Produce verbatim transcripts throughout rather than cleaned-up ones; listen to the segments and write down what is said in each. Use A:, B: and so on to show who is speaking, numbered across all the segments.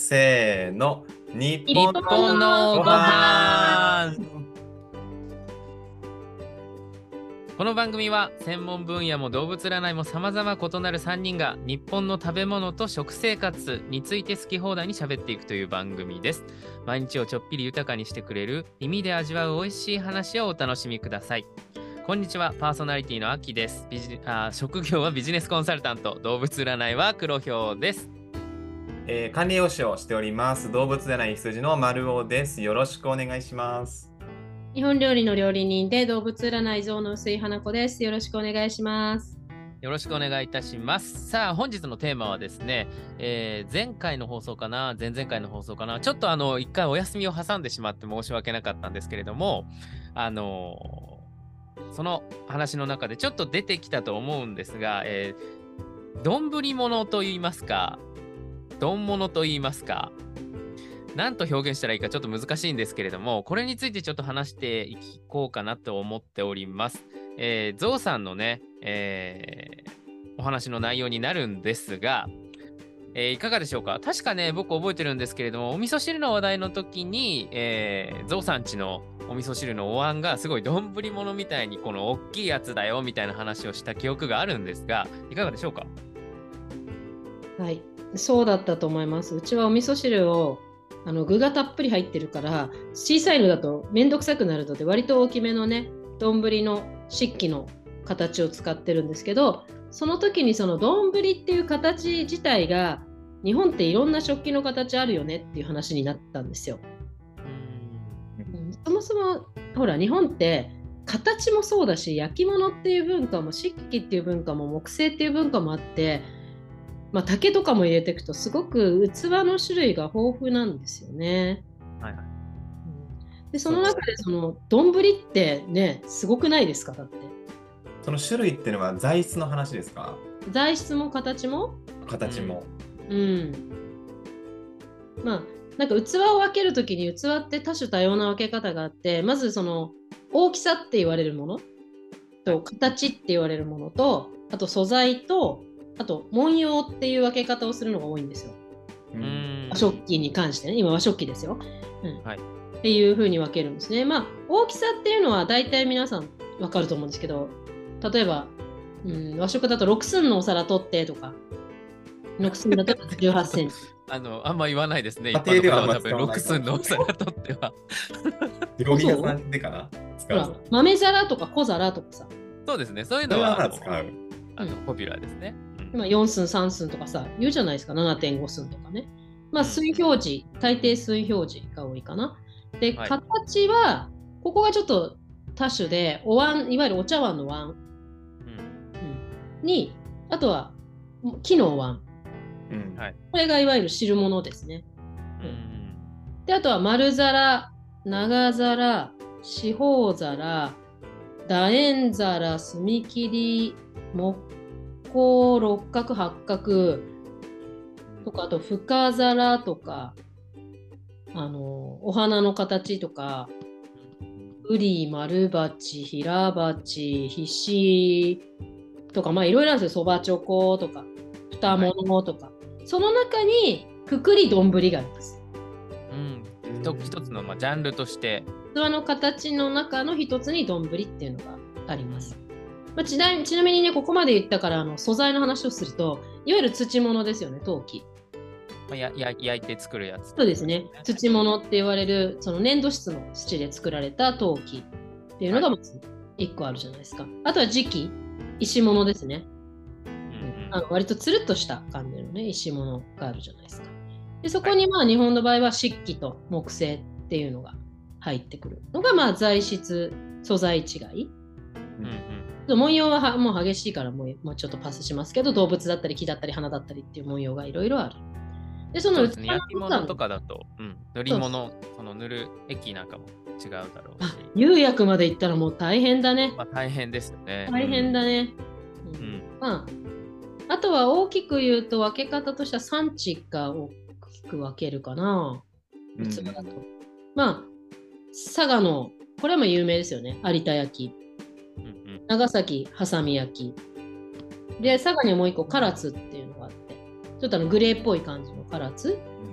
A: せーの、日
B: 日
A: 本
B: 本のご飯。この番組は専門分野も動物占いも様々異なるさんにんが日本の食べ物と食生活について好き放題に喋っていくという番組です。毎日をちょっぴり豊かにしてくれる耳で味わう美味しい話をお楽しみください。こんにちは、パーソナリティのあきです。ビジあ職業はビジネスコンサルタント、動物占いは黒ひょうです。
A: えー管理栄養士をしております。動物占い羊の丸尾です。よろしくお願いします。
C: 日本料理の料理人で動物占い像の薄井花子です。よろしくお願いします。
B: よろしくお願いいたします。さあ、本日のテーマはですね、えー前回の放送かな、前々回の放送かな、ちょっとあの、一回お休みを挟んでしまって申し訳なかったんですけれども、あのーその話の中でちょっと出てきたと思うんですが、えー、丼物と言いますか、丼物と言いますか、何と表現したらいいかちょっと難しいんですけれども、これについてちょっと話していこうかなと思っております。えー、ゾウさんのね、えーお話の内容になるんですが、えーいかがでしょうか。確かね、僕覚えてるんですけれども、お味噌汁の話題の時に、えーゾウさんちのお味噌汁のお椀がすごい丼物みたいにこの大きいやつだよみたいな話をした記憶があるんですが、いかがでしょうか。
C: はい、そうだったと思います。うちはお味噌汁をあの具がたっぷり入ってるから小さいのだとめんどくさくなるので割と大きめのね丼の漆器の形を使ってるんですけど、その時にその丼っていう形自体が日本っていろんな食器の形あるよねっていう話になったんですよ。うんそもそもほら日本って形もそうだし焼き物っていう文化も漆器っていう文化も木製っていう文化もあって、まあ、竹とかも入れていくとすごく器の種類が豊富なんですよね。
B: はいはい。
C: うんでその中でその丼ってねすごくないですか。だって
A: その種類っていうのは材質の話ですか？
C: 材質も形も、
A: 形も。
C: うんまあなんか器を分けるときに器って多種多様な分け方があって、まずその大きさって言われるものと形って言われるものと、あと素材と、あと文様っていう分け方をするのが多いんですよ。
A: う
B: うんん
C: 和食器に関してね、今和食器ですよ、うん
B: はい
C: っていう風に分けるんですね。まあ大きさっていうのは大体皆さん分かると思うんですけど、例えば、うん、和食だとろく寸のお皿取ってとか、ろく寸だとじゅうはちセンチ。
B: あの、あんま言わないですね。
A: 家
B: 一般の
A: 庭ではあんま
B: 方は多分ろく
A: 使わない
B: 寸のお皿とっては。
A: 料理屋さんでかな使
C: ほら
A: うぞ。
C: 豆皿とか小皿とかさ、
B: そうですね。そういう
A: それは
B: のはあの
A: まあ使う。
B: あのポピュラーですね。うん
C: 今よん寸さん寸とかさ言うじゃないですか。 ななてんご 寸とかね。まあ
B: うん
C: 水表示、大抵水表示が多いかな。で、
B: はい
C: 形はここがちょっと多種で、お椀、いわゆるお茶碗の椀、
B: うん
C: うんに、あとは木のお椀、
A: うん
B: はい
C: これがいわゆる汁物ですね。
B: うん
C: であとは丸皿、長皿、四方皿、楕円皿、隅切り、木工、六角、八角とか、あと深皿とか、あのお花の形とか、ウリ、丸鉢、平鉢、ひしとか、まあいろいろあるんですよ。そばちょことか、蓋物とか、その中にくくり丼があります。
B: うん一一つのまあジャンルとして
C: 器の形の中の一つに丼っていうのがあります。まあ、ちなちなみにね、ここまで言ったからあの素材の話をすると、いわゆる土物ですよね、陶器。
B: まあやや焼いて作るやつ。
C: そうですね。土物って言われる、その粘土質の土で作られた陶器っていうのがまずいっこあるじゃないですか。あとは磁器、石物ですね。
B: うん
C: あの割とつるっとした感じのね、石物があるじゃないですか。でそこにまあ日本の場合は漆器と木製っていうのが入ってくるのがまあ材質、素材違い。
B: うんうん
C: 文様ははもう激しいからもうもうちょっとパスしますけど、動物だったり木だったり花だったりっていう文様がいろいろある。で、その
B: そうですね。
C: 器の
B: 焼き物とかだと、うん、塗り物、その塗る液なんかも違うだろうし、
C: 釉薬までいったらもう大変だね。
B: まあ大変ですよね。
C: 大変だね。う
B: うんん
C: まあ、あとは大きく言うと分け方としては産地が大きく分けるかな。
A: うん
C: 器だと。まあ、佐賀の、これはもう有名ですよね。有田焼。
B: うんうん
C: 長崎、はさみ焼き。で、佐賀にはもう一個、唐津っていうのがあって、ちょっとあのグレーっぽい感じの唐津。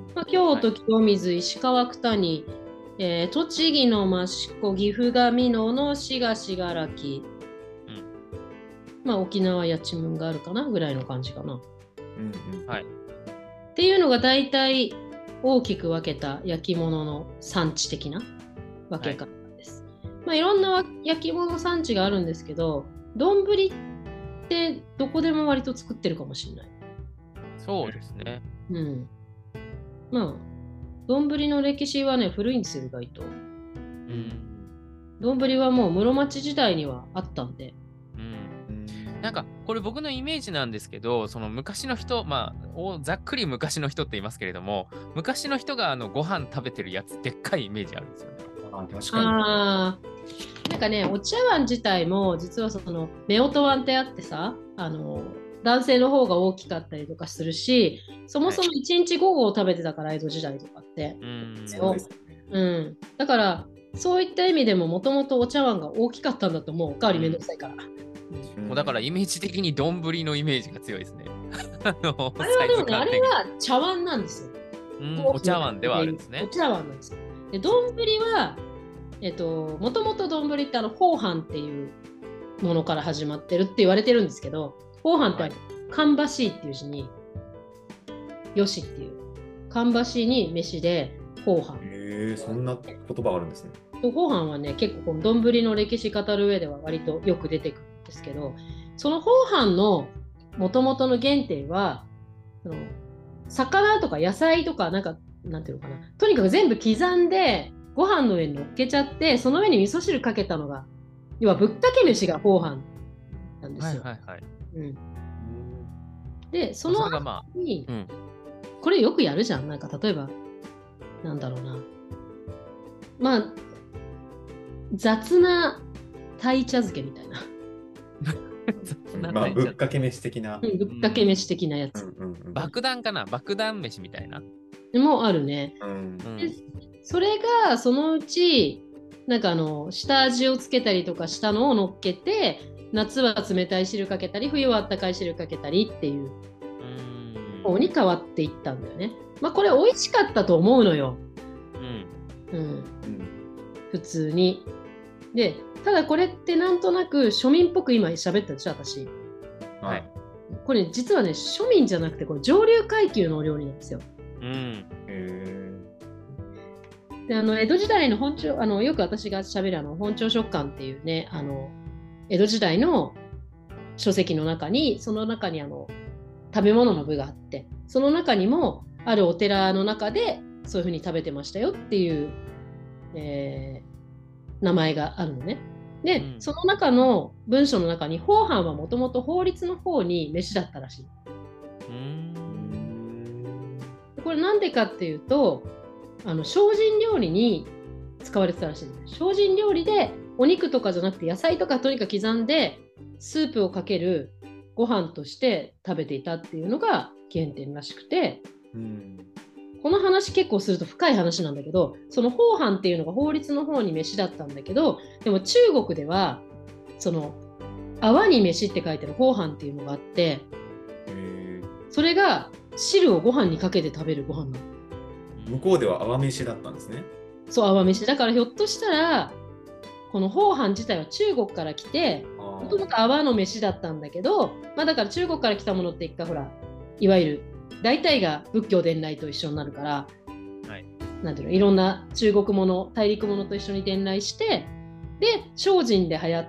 C: まあ、京都、清水、石川、九谷、えー栃木の益子、岐阜が美濃の滋賀、信楽、
B: うん
C: まあ、沖縄、八千文があるかなぐらいの感じかな。
A: うんうん
B: はい。
C: っていうのが大体大きく分けた焼き物の産地的な分け方です。まあ、いろんな焼き物産地があるんですけど、丼ってどこでも割と作ってるかもしれない。
B: そうですね。
C: うん。まあ、丼の歴史はね、古いんですよ、意外と。
B: うん。
C: 丼はもう室町時代にはあったんで。
B: うん。
A: うん
B: なんかこれ僕のイメージなんですけど、その昔の人、まあおざっくり昔の人って言いますけれども、昔の人があのご飯食べてるやつ、でっかいイメージあるんですよね。
A: あ確か
C: ああ、なんかね、お茶碗自体も実はその夫婦碗ってあってさ、あの男性の方が大きかったりとかするし、そもそもいちにちご合食べてたから江戸時代とかって。
B: うん。
A: に。そうですよね。
C: うん、だからそういった意味でももともとお茶碗が大きかったんだと思う。おかわりめんどくさいから。
B: もうだからイメージ的に丼のイメージが強いですね。あの
C: あれはでもね、あ
B: サイズ感的に
C: れは茶碗なんですよ。
B: うんお茶碗ではあるんですね
C: お。茶碗なんですよ。で、丼は、えっと、もともと丼ってあの、宝飯っていうものから始まってるって言われてるんですけど、宝飯ってあの、芳しいっていう字に、よしっていう、芳しいに飯で宝飯。
A: へえ、そんな言葉があるんですね。
C: 宝飯はね、結構この丼の歴史語る上では割とよく出てくるんですけど、その宝飯のもともとの原点は、その魚とか野菜とかなんかなんていうのかな、とにかく全部刻んでご飯の上に乗っけちゃって、その上に味噌汁かけたのが、要はぶっかけ飯が宝飯なんですよ。
B: はいはいはい。
C: うん、
A: うん
C: でその
B: それがまあ、
C: 後に、
B: うん。
C: これよくやるじゃん。なんか例えばなんだろうな、まあ雑な鯛茶漬けみたいな、
A: まあ、ぶっかけ飯的な。
C: うん、ぶっかけ飯的なやつ
A: うんうんうん
B: 爆弾かな爆弾飯みたいな。
C: もあるね。
A: うん
B: うん
C: でそれがそのうちなんかあの下味をつけたりとかしたのを乗っけて、夏は冷たい汁かけたり冬はあったかい汁かけたりっていう
B: うん
C: 方に変わっていったんだよね。まあこれ美味しかったと思うのよ、
B: うん
C: うん、
A: うん
C: 普通に。でただこれってなんとなく庶民っぽく今喋ったでしょ私。
A: は
B: はいい。
C: これ実はね庶民じゃなくてこれ上流階級のお料理なんですよ。
B: うん
A: へ
C: であの江戸時代の本朝あのよく私が喋るあの本朝食館っていうね、あの江戸時代の書籍の中に、その中にあの食べ物の部があって、その中にもあるお寺の中でそういうふうに食べてましたよっていう、えー名前があるのね。で、
B: うん
C: その中の文章の中に宝飯はもともと法律の方に飯だったらしい。
B: う
A: ー
B: ん
C: これなんでかっていうと、あの精進料理に使われてたらしいんです。精進料理でお肉とかじゃなくて野菜とかとにかく刻んでスープをかけるご飯として食べていたっていうのが原点らしくて、
A: うん
C: この話結構すると深い話なんだけど、その宝飯っていうのが法律の方に飯だったんだけど、でも中国ではその泡に飯って書いてる宝飯っていうのがあって、
A: へ
C: それが汁をご飯にかけて食べるご飯なの。
A: ー向こうでは泡飯だったんですね。
C: そう、泡飯。だからひょっとしたら、この宝飯自体は中国から来て、
A: あ
C: もともと泡の飯だったんだけど、まあだから中国から来たものって一回ほら、いわゆる大体が仏教伝来と一緒になるから、
B: はい。
C: なんていうの、いろんな中国もの、大陸ものと一緒に伝来して、で、精進で流行って、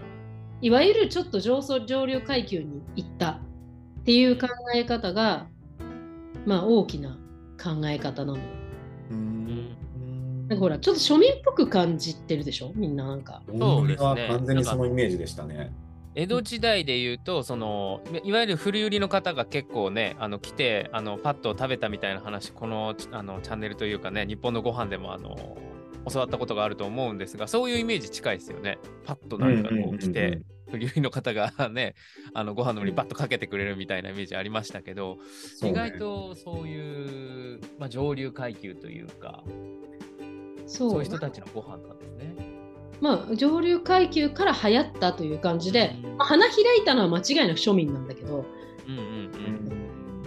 C: いわゆるちょっと上層上流階級に行ったっていう考え方が、まあ大きな考え方なのよ。
A: うーん
C: なんかほら、ちょっと庶民っぽく感じてるでしょ、みんななんか。
A: 丼は完全にそのイメージでしたね。
B: 江戸時代でいうと、そのいわゆる古売りの方が結構ね、あの来てあのパッと食べたみたいな話、このあのチャンネルというかね、日本のご飯でもあの教わったことがあると思うんですが、そういうイメージ近いですよね。パッとなんかこう来て、古売りの方がね、あのご飯の上にバッとかけてくれるみたいなイメージありましたけど、
A: そうね
B: 意外とそういう、まあ、上流階級というか、
C: そう、
B: そういう人たちのご飯なんですね。
C: まあ、上流階級から流行ったという感じで、
B: うん
C: まあ、花開いたのは間違いなく庶民なんだけど、
B: うんうんうん。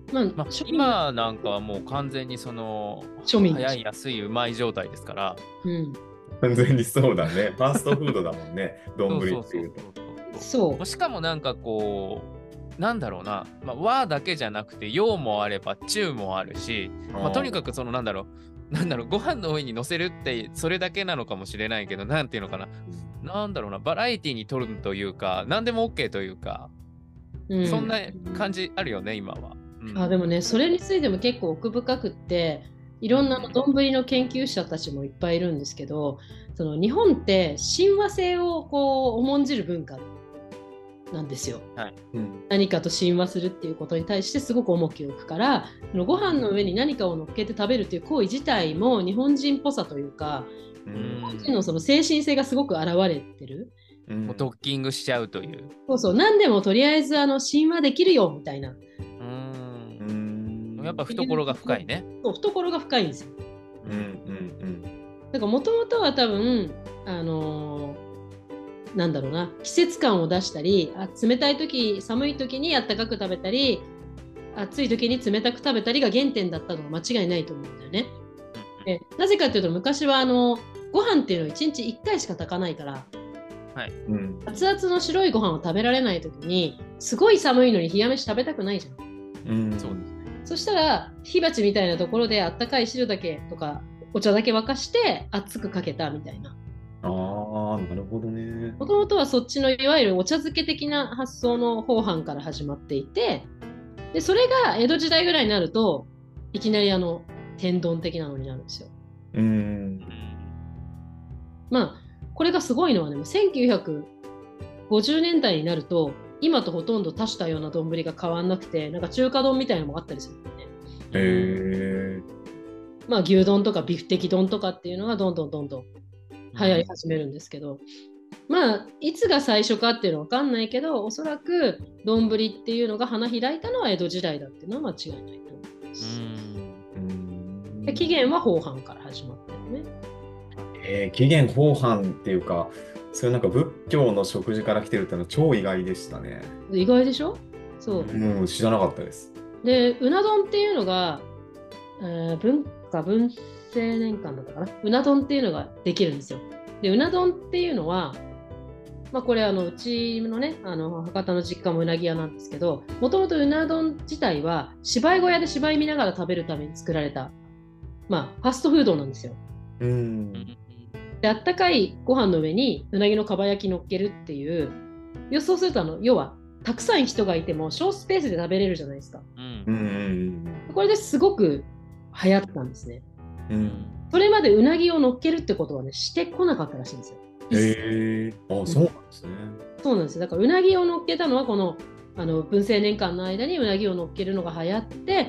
C: まあ、
B: まあ、
C: 庶民
B: 今なんかはもう完全にその
C: 庶民
B: 早い安いうまい状態ですから。
C: うん、
A: 完全にそうだね。ファーストフードだもんね。丼
B: そうそう
A: っていうと。
C: そう
B: しかもなんかこうなんだろうな、まあ、和だけじゃなくて洋もあれば中もあるし、まあ、とにかくそのなんだろうなんだろうご飯の上に乗せるってそれだけなのかもしれないけど、なんていうのかな、なんだろうな、バラエティに取るというか何でも OK というか、
C: うん、
B: そんな感じあるよね今は。うん、
C: あでもねそれについても結構奥深くっていろんな丼の研究者たちもいっぱいいるんですけど、その日本って親和性をこう重んじる文化なんですよ、
B: はい
A: うん、
C: 何かと親和するっていうことに対してすごく重きを置くから、そのご飯の上に何かを乗っけて食べるっていう行為自体も日本人っぽさというか、
A: う
C: 日本
A: ん
C: 人のその精神性がすごく現れてる。
A: うん
B: もうドッキングしちゃうという。
C: そうそう、何でもとりあえずあの親和できるよみたいな。
B: う
A: うんん
B: やっぱ懐が深いね。
C: そう、懐が深いんですよ。
A: うんうん
C: だからもともとは多分、あのーなんだろうな、季節感を出したり、あ冷たい時、寒い時にあったかく食べたり、暑い時に冷たく食べたりが原点だったのは間違いないと思うんだよね。でなぜかというと昔はあのご飯っていうのをいちにちいっかいしか炊かないから、
A: うんうん
C: 熱々の白いご飯を食べられない時にすごい寒いのに冷や飯食べたくないじゃん。
A: うん
B: そう
C: そしたら火鉢みたいなところであったかい汁だけとかお茶だけ沸かして熱くかけたみたいな。
A: ああ、なるほどね。
C: もともとはそっちのいわゆるお茶漬け的な発想の方飯から始まっていて、でそれが江戸時代ぐらいになるといきなりあの天丼的なのになるんですよ。
A: うん
C: まあこれがすごいのはね、せんきゅうひゃくごじゅうねんだいになると今とほとんど多種多様な丼が変わんなくて、なんか中華丼みたいなのもあったりするんだよね。
A: へえ。
C: まあ牛丼とかビフテキ丼とかっていうのがどんどんどんどん流行り始めるんですけど、まあいつが最初かっていうのは分かんないけど、おそらく丼っていうのが花開いたのは江戸時代だっていうのは間違いないと思います。
A: うん
C: で起源は後半から始まったよね。
A: えー、起源後半っていうか、そういうなんか仏教の食事から来てるっていうのは超意外でしたね。
C: 意外でしょ。そう。
A: うん、知らなかったです。
C: で、うな丼っていうのが、えー文化文政年間だったかな。うな丼っていうのができるんですよ。で、うな丼っていうのは、まあこれあのうちのね、あの博多の実家もうなぎ屋なんですけど、もともとうな丼自体は芝居小屋で芝居見ながら食べるために作られた、まあファストフードなんですよ。
A: うん
C: で、あったかいご飯の上にうなぎのかば焼き乗っけるっていう、予想するとあの要はたくさん人がいても小スペースで食べれるじゃないですか。
B: うん
A: うんうん
C: これですごく流行ったんですね。
A: うん
C: それまでうなぎを乗っけるってことはね、してこなかったらしいんですよ。
A: へえ。あ、そうなんですね。
C: そうなんですよ。だからうなぎを乗っけたのはこのあの文政年間の間にうなぎを乗っけるのが流行って、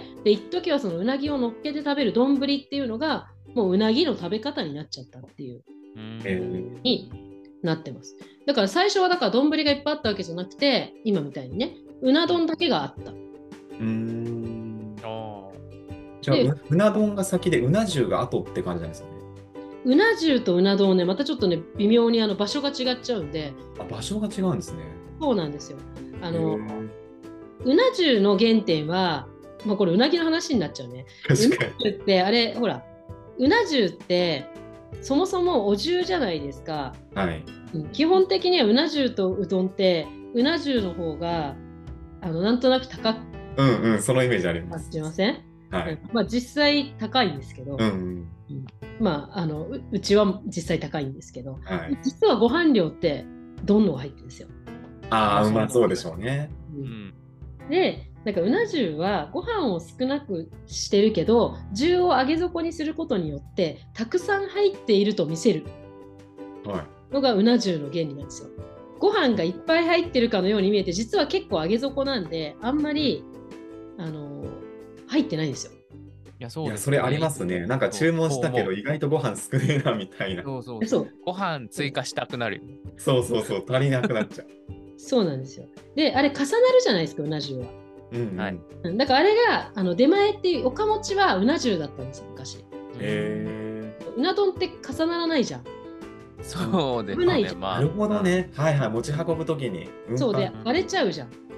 C: で一時はそのうなぎを乗っけて食べる丼っていうのがもううなぎの食べ方になっちゃったっていう
A: へー
C: になってます。だから最初はだから丼がいっぱいあったわけじゃなくて、今みたいにね、うな丼だけがあった。
A: うん
B: あ
A: じゃあ
C: で
A: う、うな丼が先でうな重が後って感じなんですよね。
C: うな重とうな丼ね、またちょっとね、微妙にあの場所が違っちゃうんで、
A: あ、場所が違うんですね。
C: そうなんですよ。あ
A: あ
C: のうな重の原点は、まあ、これうなぎの話になっちゃうね。
A: 確かに。
C: うな重ってあれほらうな重ってそもそもお重じゃないですか。
A: はい。
C: うん基本的にはうな重とうどんってうな重の方があのなんとなく高く
A: うんうん、そのイメージありま
C: 感
A: す。
C: じません、
A: はい。
C: まあ、実際高いんですけど、
A: うんうん。
C: まあ、あのううちは実際高いんですけど、
A: はい。
C: 実はご飯量ってどんどん入ってるんですよ。
A: ああ、まあそうでしょうね。
C: う
B: ーうんん
C: でなんかうな重はご飯を少なくしてるけど重を上げ底にすることによってたくさん入っていると見せる
A: はい。
C: のがうな重の原理なんですよ。ご飯がいっぱい入ってるかのように見えて実は結構上げ底なんであんまりあの入ってないんですよ。
B: いや、そ
A: いうや、
B: です
A: それありますね。なんか注文したけど、
B: そう
A: 意外とご飯少ねえな、みたいな。
B: そうそう
C: そう
B: ご飯追加したくなるよね。
A: そうそうそう、足りなくなっちゃう。
C: そうなんですよ。であれ重なるじゃないですかうな重は。
A: うんうん。
B: はい
C: うんだからあれがあの出前っていうおかもちはうな重だったんですよ昔。
A: へ
C: うな丼って重ならないじゃん。
B: そうです
C: 危ない
B: ね。
A: ー
B: まあ、
A: なるほどね。はいはい。持ち運ぶときに。運搬
C: そうで割れちゃうじゃん。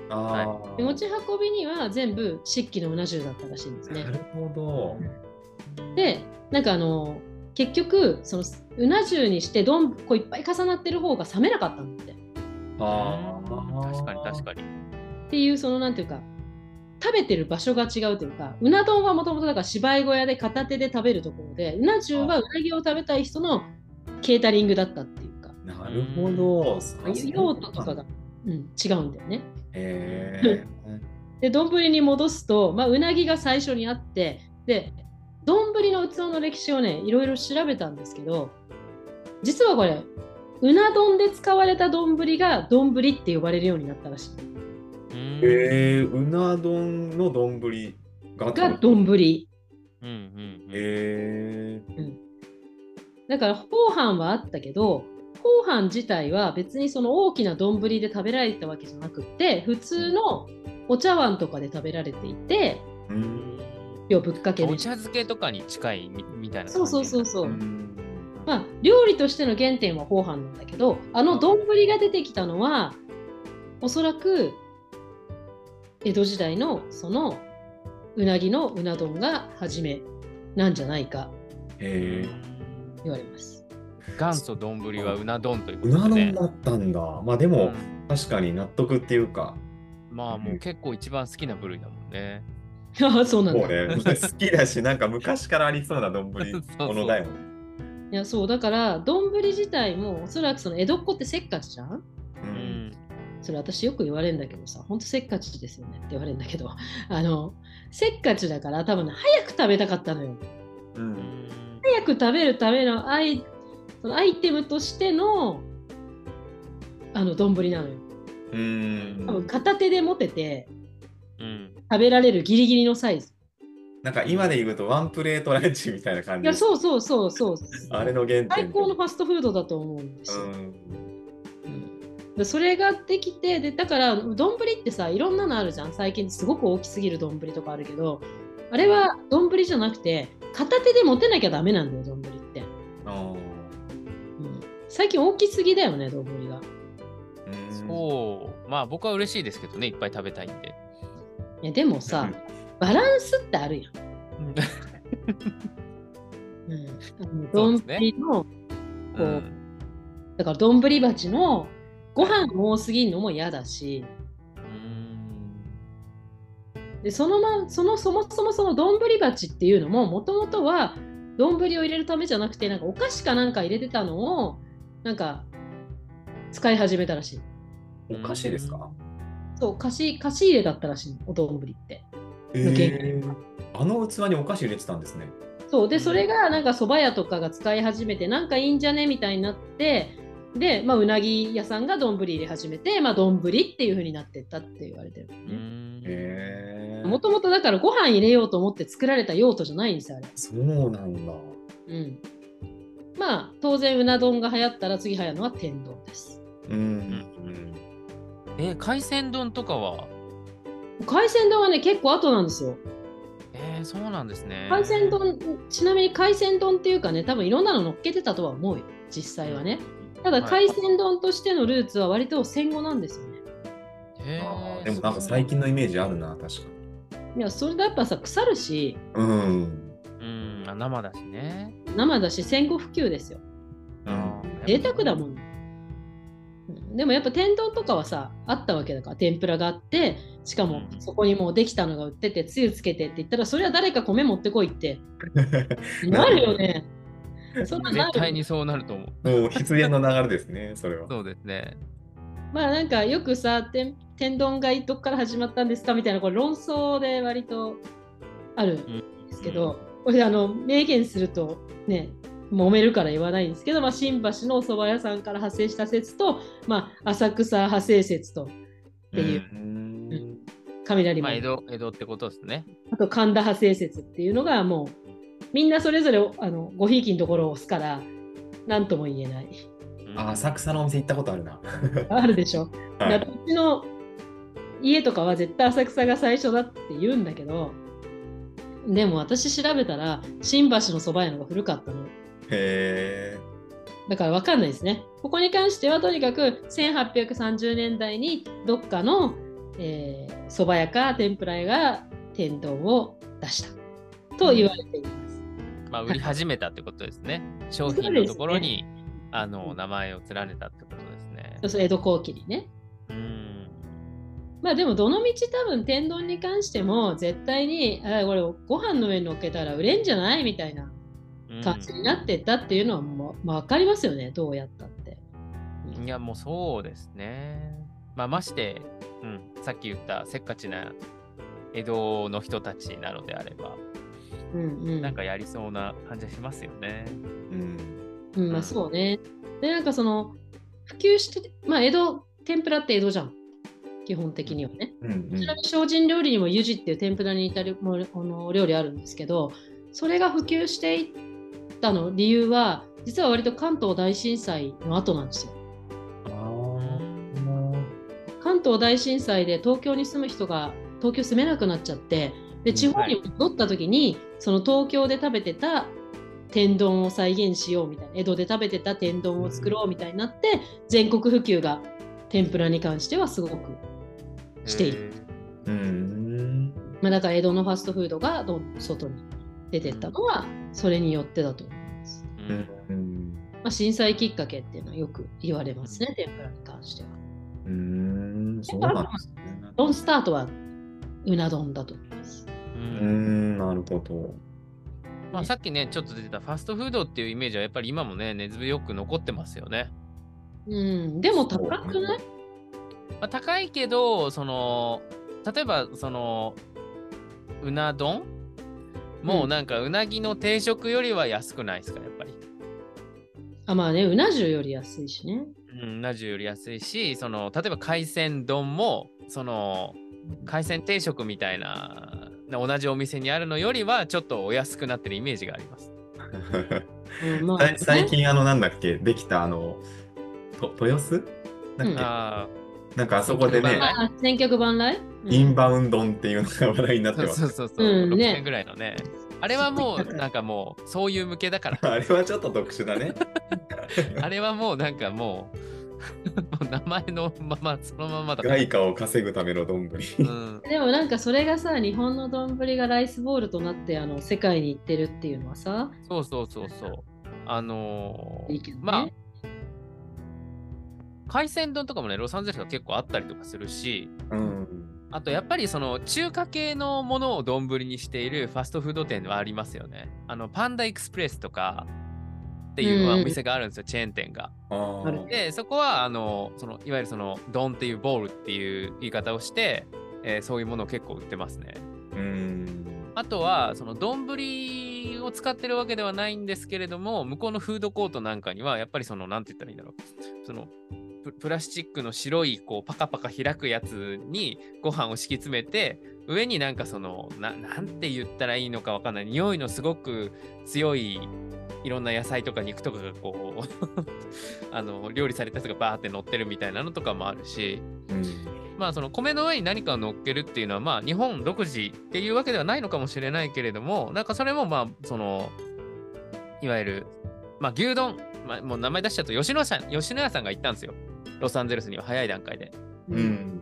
A: ああ。
C: で持ち運びには全部漆器のうな重だったらしいんですね
A: な。るほど。
C: で、なんかあの結局そのうな重にしてどんこういっぱい重なってる方が冷めなかったんだって。
A: ああ。
B: 確かに確かに。
C: っていうそのなんていうか食べてる場所が違うというか、うな丼はもともとだから芝居小屋で片手で食べるところで、うな重はうなぎを食べたい人のケータリングだったっていうか、
A: なるほど。
C: 用途とかが、うん、違うんだよね。
A: へえ。
C: で、丼に戻すと、まあ、うなぎが最初にあって、で、丼の器の歴史をね、いろいろ調べたんですけど、実はこれ、うな丼で使われた丼が丼って呼ばれるようになったらしい。
A: へえ、うな丼の丼が
C: が丼。
B: うんうんうん、
A: へえ、
C: うん。だから、ホーハンはあったけど、ホーハン自体は別にその大きな丼で食べられてたわけじゃなくて、普通のお茶碗とかで食べられていて、
A: うん、
C: 要はぶっかけで。
B: お茶漬けとかに近い み, みたいな感じ。
C: そうそうそうそう。
A: うん、
C: まあ、料理としての原点はホーハンなんだけど、あの丼が出てきたのは、おそらく江戸時代のそのうなぎのうな丼が初めなんじゃないか
A: へえ、
C: 言われます。
B: 元祖丼はうな丼というこ
A: う
B: とで、ね、
A: な丼だったんだ。まあでも、
B: うん、
A: 確かに納得っていうか。
B: まあもう結構一番好きな部類だもんね。
C: ああ、そうなんだ。
A: もうね、好きだし、なんか昔からありそうな丼ものだよね。
C: いや、そう、だから丼自体もおそらくその江戸っ子ってせっかちじゃん。
B: うん、
C: それ私よく言われるんだけどさ、ほんとせっかちですよねって言われるんだけど、あのせっかちだから多分、ね、早く食べたかったのよ。
A: うん、
C: 早く食べるためのアイ、そのアイテムとしてのあの丼なのよ。
A: うん、
C: 多分片手で持てて、
B: うん、
C: 食べられるギリギリのサイズ。
A: なんか今で言うとワンプレートランチみたいな感じ。
C: いや、そうそうそうそう。
A: あれの原点。
C: 最高のファストフードだと思うんですよ。
A: うん、
C: うん、でそれができて、でだから丼ってさ、いろんなのあるじゃん。最近すごく大きすぎる丼とかあるけど、あれは丼じゃなくて片手で持てなきゃダメなんだよ、丼って。
A: あ、
C: うん、最近大きすぎだよね、丼が。
B: そう、まあ僕は嬉しいですけどね、いっぱい食べたいんで。
C: いやでもさ、バランスってあるやん。うん、丼の、こう、うん、だから丼鉢のご飯多すぎるのも嫌だし、うん、でそのまそのそもそもその丼鉢っていうのももともとは丼を入れるためじゃなくて、なんかお菓子かなんか入れてたのをなんか使い始めたらしい。
A: お菓子ですか？
C: そう、菓子、菓子入れだったらしいの、お丼って。
A: えー、あの器にお菓子入れてたんですね。
C: そうで、それがなんか蕎麦屋とかが使い始めて、なんかいいんじゃねみたいになって、で、まあ、うなぎ屋さんが丼入れ始めて、まあ、丼っていう風になってったって言われてる、ね。もともとだからご飯入れようと思って作られた用途じゃないんですよ、あれ。
A: そうなんだ。
C: うん。まあ、当然うな丼が流行ったら次流行るのは天丼です。
A: うん。うん
B: え、海鮮丼とかは？
C: 海鮮丼はね、結構後なんですよ。
B: えー、そうなんですね。
C: 海鮮丼、ちなみに海鮮丼っていうかね、多分いろんなの乗っけてたとは思うよ、実際はね。ただ、海鮮丼としてのルーツは割と戦後なんですよね。
B: へ
A: ー、でもなんか最近のイメージあるな、確か
C: に。いや、それでやっぱさ、腐るし、
A: うん。
B: うん、生だしね。
C: 生だし、戦後普及ですよ。
A: うん。
C: 贅沢だもん。でもやっぱ天丼とかはさ、あったわけだから、天ぷらがあって、しかもそこにもうできたのが売ってて、つゆつけてって言ったら、それは誰か米持ってこいってなるよね。
B: そんな絶対にそうなると思う。
A: もう必然の流れですね、それは。
B: そうですね。
C: まあなんかよくさ、天, 天丼がどっから始まったんですかみたいなこれ論争で割とあるんですけど、うん、これあの明言するとね、揉めるから言わないんですけど、まあ、新橋のお蕎麦屋さんから派生した説と、まあ、浅草派生説とっていう、うん、雷門、
B: まあ、江戸、江戸ってことですね。
C: あと神田派生説っていうのがもうみんなそれぞれあのごひいきのところを押すから何とも言えない。
A: あ、浅草のお店行ったことあるな。
C: あるでしょ。
A: はい、
C: うちの家とかは絶対浅草が最初だって言うんだけど、でも私調べたら新橋の蕎麦屋の方が古かったの。
A: へ
C: だから分かんないですね。ここに関してはとにかくせんはっぴゃくさんじゅうねんだいにどっかのえー、蕎麦屋か天ぷら屋が天丼を出したと言われています。
B: まあ、売り始めたってことですね。商品のところに、ね、あの名前を連ねたってことですね。
C: そうそう、江戸後期にね。
B: うん。
C: まあでもどのみち多分天丼に関しても絶対にあこれご飯の上に乗っけたら売れんじゃないみたいな感じになってったっていうのはもう、まあ、分かりますよね、どうやったって。
B: いやもうそうですね。まあまして、うん、さっき言ったせっかちな江戸の人たちなのであれば、うんうん、なんかやりそうな感じがしますよね。
C: うん、うん、まあそうね。でなんかその普及してまあ江戸天ぷらって江戸じゃん。基本的にはね。うんうん、こちらの精進料理にもゆじっていう天ぷらに似たの料理あるんですけど、それが普及していったの理由は実は割と関東大震災の後なんですよ。関東大震災で東京に住む人が東京住めなくなっちゃってで地方に戻った時に、はい、その東京で食べてた天丼を再現しようみたいな江戸で食べてた天丼を作ろうみたいになって全国普及が天ぷらに関してはすごくしている。うん、まあ、だから江戸のファストフードがどんどん外に出てったのはそれによってだと思います。うんまあ、震災きっかけっていうのはよく言われますね、天ぷらに関しては。うーんそうなんですね。ドンスタートはうな丼だと思います。
A: うーんなるほど。
B: まあ、さっきねちょっと出てたファストフードっていうイメージはやっぱり今もね根強く残ってますよね。
C: うんでも高くない？
B: まあ、高いけどその例えばそのうな丼もうなんかうなぎの定食よりは安くないですかやっぱり。
C: あまあねうな重より安いしね。
B: うん、うな重より安いしその例えば海鮮丼もその海鮮定食みたいな同じお店にあるのよりはちょっとお安くなってるイメージがあります。
A: うんまあね、最近あのなんだっけできたあのと豊洲だっけ、うん、あなんかあそこでね
C: 千客万来、
A: うん、インバウンドンっていうのが話題になってます。
B: そうそうそうそう、うん、ろくせんえんぐらいのねあれはもうなんかもうそういう向けだから
A: あれはちょっと特殊だね
B: あれはもうなんかもう名前のままそのままだ
A: 外貨を稼ぐための丼、うん、
C: でもなんかそれがさ日本の丼がライスボールとなってあの世界に行ってるっていうのはさ
B: そうそうそうそうあのーいいけどね、まあ海鮮丼とかもねロサンゼルスは結構あったりとかするし、うん、あとやっぱりその中華系のものを丼にしているファストフード店はありますよね。あのパンダエクスプレスとかっていうお店があるんですよ、うん、チェーン店が。でそこはあのそのいわゆるその丼っていうボールっていう言い方をして、えー、そういうものを結構売ってますね。うんあとはその丼を使ってるわけではないんですけれども向こうのフードコートなんかにはやっぱりそのなんて言ったらいいんだろうそのプラスチックの白いこうパカパカ開くやつにご飯を敷き詰めて上になんかその な, なんて言ったらいいのかわかんない匂いのすごく強いいろんな野菜とか肉とかがこうあの料理されたやつがバーって乗ってるみたいなのとかもあるし、うん、まあその米の上に何かを乗っけるっていうのはまあ日本独自っていうわけではないのかもしれないけれどもなんかそれもまあそのいわゆるまあ牛丼、まあ、もう名前出しちゃうと吉野家さん吉野家さんが行ったんですよロサンゼルスには早い段階で、うん、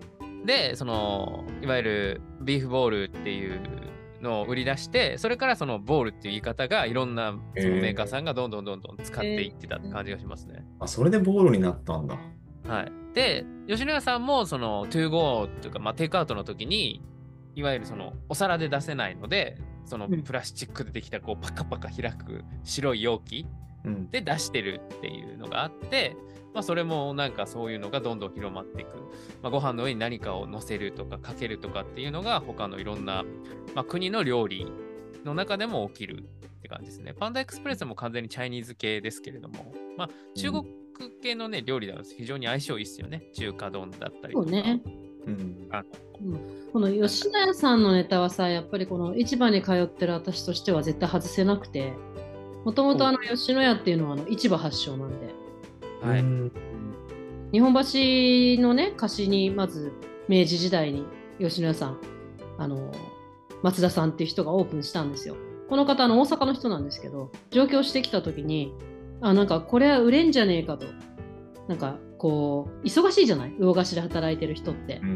B: でそのいわゆるビーフボールっていうのを売り出してそれからそのボールっていう言い方がいろんなそのメーカーさんがどんどんどんどん使っていってたって感じがしますね、
A: えー、あそれでボールになったんだ。
B: はいで吉野家さんもそのトゥーゴーというか、まあ、テイクアウトの時にいわゆるそのお皿で出せないのでそのプラスチックでできたこうパカパカ開く白い容器で出してるっていうのがあって、まあ、それもなんかそういうのがどんどん広まっていく、まあ、ご飯の上に何かを乗せるとかかけるとかっていうのが他のいろんな、まあ、国の料理の中でも起きるって感じですね。パンダエクスプレスも完全にチャイニーズ系ですけれども、まあ、中国系のね料理だと非常に相性いいですよね。中華丼だったりとか。そうね。うん、あ
C: うん、この吉田屋さんのネタはさやっぱりこの市場に通ってる私としては絶対外せなくてもともとあの吉野家っていうのはあの市場発祥なんで、はい、日本橋のね貸しにまず明治時代に吉野家さんあの松田さんっていう人がオープンしたんですよ。この方の大阪の人なんですけど上京してきた時にあなんかこれは売れんじゃねえかとなんかこう忙しいじゃない魚河岸で働いてる人って、うん、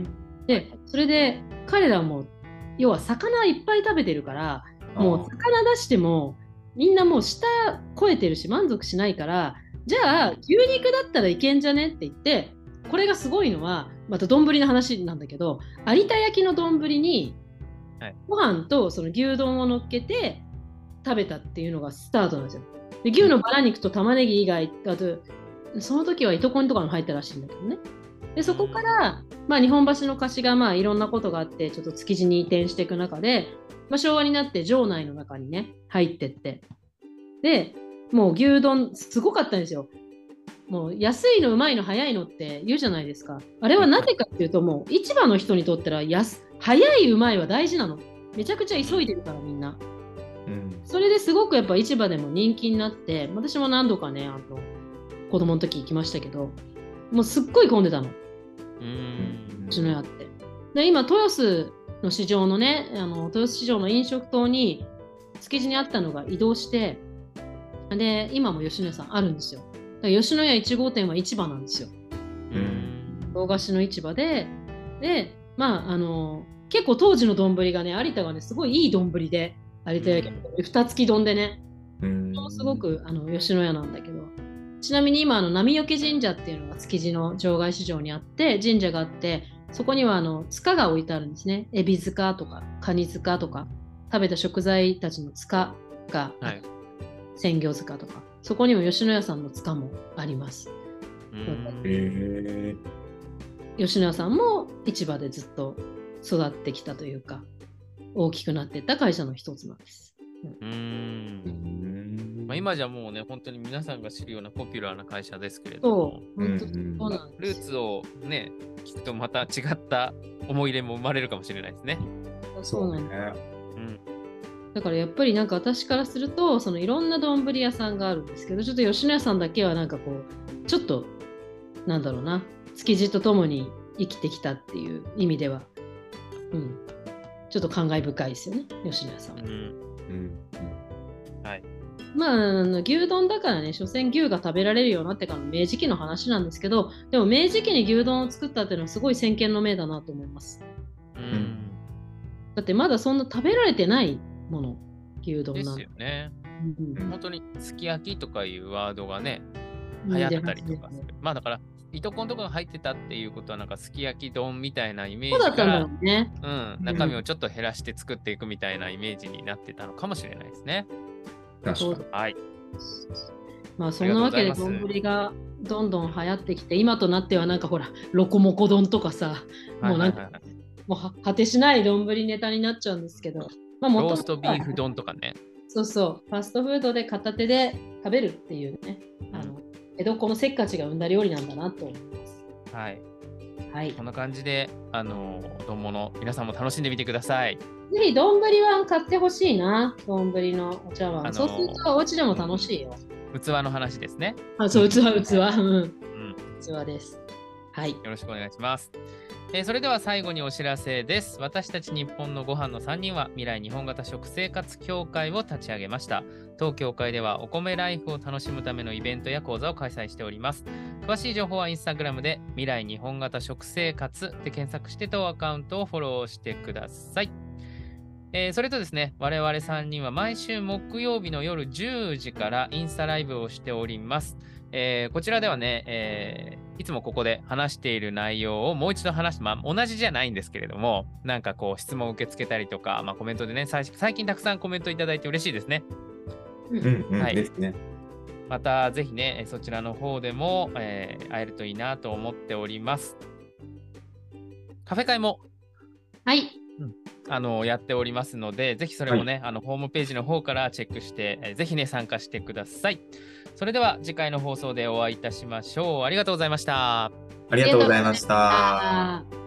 C: で、それで彼らも、要は魚いっぱい食べてるから、もう魚出しても、みんなもう舌超えてるし満足しないから、じゃあ牛肉だったらいけんじゃねって言って、これがすごいのは、また丼の話なんだけど、有田焼の丼にご飯とその牛丼を乗っけて食べたっていうのがスタートなんですよ。で、牛のバラ肉と玉ねぎ以外、あとその時は糸こんとかも入ったらしいんだけどね。で、そこから、まあ、日本橋の貸しがまあいろんなことがあって、ちょっと築地に移転していく中で、まあ、昭和になって城内の中にね、入ってって、で、もう牛丼すごかったんですよ。もう安いのうまいの早いのって言うじゃないですか。あれはなぜかっていうと、もう市場の人にとっては安早いうまいは大事なの。めちゃくちゃ急いでるからみんな。うん、それですごくやっぱ市場でも人気になって、私も何度かね、あの子供の時行きましたけど、もうすっごい混んでたの。うん。うちのやって。で、今、豊洲の市場のね、あの豊洲市場の飲食棟に築地にあったのが移動して、で、今も吉野家さんあるんですよ。だから吉野家いち号店は市場なんですよ。うん。洋菓子の市場で、で、まあ、あの、結構当時の丼がね、有田がね、すごいいい丼で、有田焼蓋付き丼でね、うん、すごくあの吉野家なんだけど、ちなみに今、あの波除神社っていうのが築地の場外市場にあって、神社があって、そこにはあの塚が置いてあるんですね。エビ塚とかカニ塚とか、食べた食材たちの塚が、はい、鮮魚塚とか、そこにも吉野家さんの塚もあります。へー。吉野家さんも市場でずっと育ってきたというか、大きくなっていった会社の一つなんです。うん。うー
B: ん、まあ、今じゃもうね、本当に皆さんが知るようなポピュラーな会社ですけれども、そう、本当そうなんです。ルーツをね、聞くとまた違った思い入れも生まれるかもしれないですね。
C: そうなんです。うん。だからやっぱりなんか私からすると、そのいろんな丼屋さんがあるんですけど、ちょっと吉野家さんだけはなんかこう、ちょっと、なんだろうな、築地とともに生きてきたっていう意味では、うん。ちょっと感慨深いですよね、吉野家さんは。うんうん、はい。まあ、牛丼だからね、所詮牛が食べられるようになってからの明治期の話なんですけど、でも明治期に牛丼を作ったっていうのはすごい先見の明だなと思います。うん、だってまだそんな食べられてないもの、牛丼なん
B: ですよね。うん、本当にすき焼きとかいうワードがね、流行ったりとかする。まあだから、糸こんとかが入ってたっていうことはなんかすき焼き丼みたいなイメージから、ね、うん、中身をちょっと減らして作っていくみたいなイメージになってたのかもしれないですね。
C: 確かに。はい。まあそんなわけで丼がどんどん流行ってきて、今となってはなんかほらロコモコ丼とかさ、もうなんか、はいはいはい、もう果てしない丼ネタになっちゃうんですけど、
B: まあ、もローストビーフ丼とかね。
C: そうそう、ファストフードで片手で食べるっていうね、あの江戸っ子のせっかちが生んだ料理なんだなと思います。
B: はい。はい。こんな感じで、あの、丼物、皆さんも楽しんでみてください。
C: ぜひ、丼は買ってほしいな、丼のお茶碗。あのー、そうすると、お家でも楽しいよ。
B: 器の話ですね。
C: あ、そう、器、器。うん。うん、器です。はい。よ
B: ろしくお願いします。えー、それでは最後にお知らせです。私たち日本のご飯のさんにんは未来日本型食生活協会を立ち上げました。当協会ではお米ライフを楽しむためのイベントや講座を開催しております。詳しい情報はインスタグラムで未来日本型食生活で検索して当アカウントをフォローしてください。えー、それとですね、我々さんにんは毎週木曜日の夜じゅうじからインスタライブをしております。えー、こちらではね、えー、いつもここで話している内容をもう一度話す、まあ同じじゃないんですけれども、なんかこう質問を受け付けたりとか、まあコメントでね、最近たくさんコメントいただいて嬉しいですね。
A: うん、うん、はい、ですね。
B: またぜひね、そちらの方でも、えー、会えるといいなと思っております。カフェ会も、
C: はい。
B: うん、あのやっておりますので、ぜひそれもね、はい、あのホームページの方からチェックして、えー、ぜひね、参加してください。それでは次回の放送でお会いいたしましょう。ありがとうございました。
A: ありがとうございました。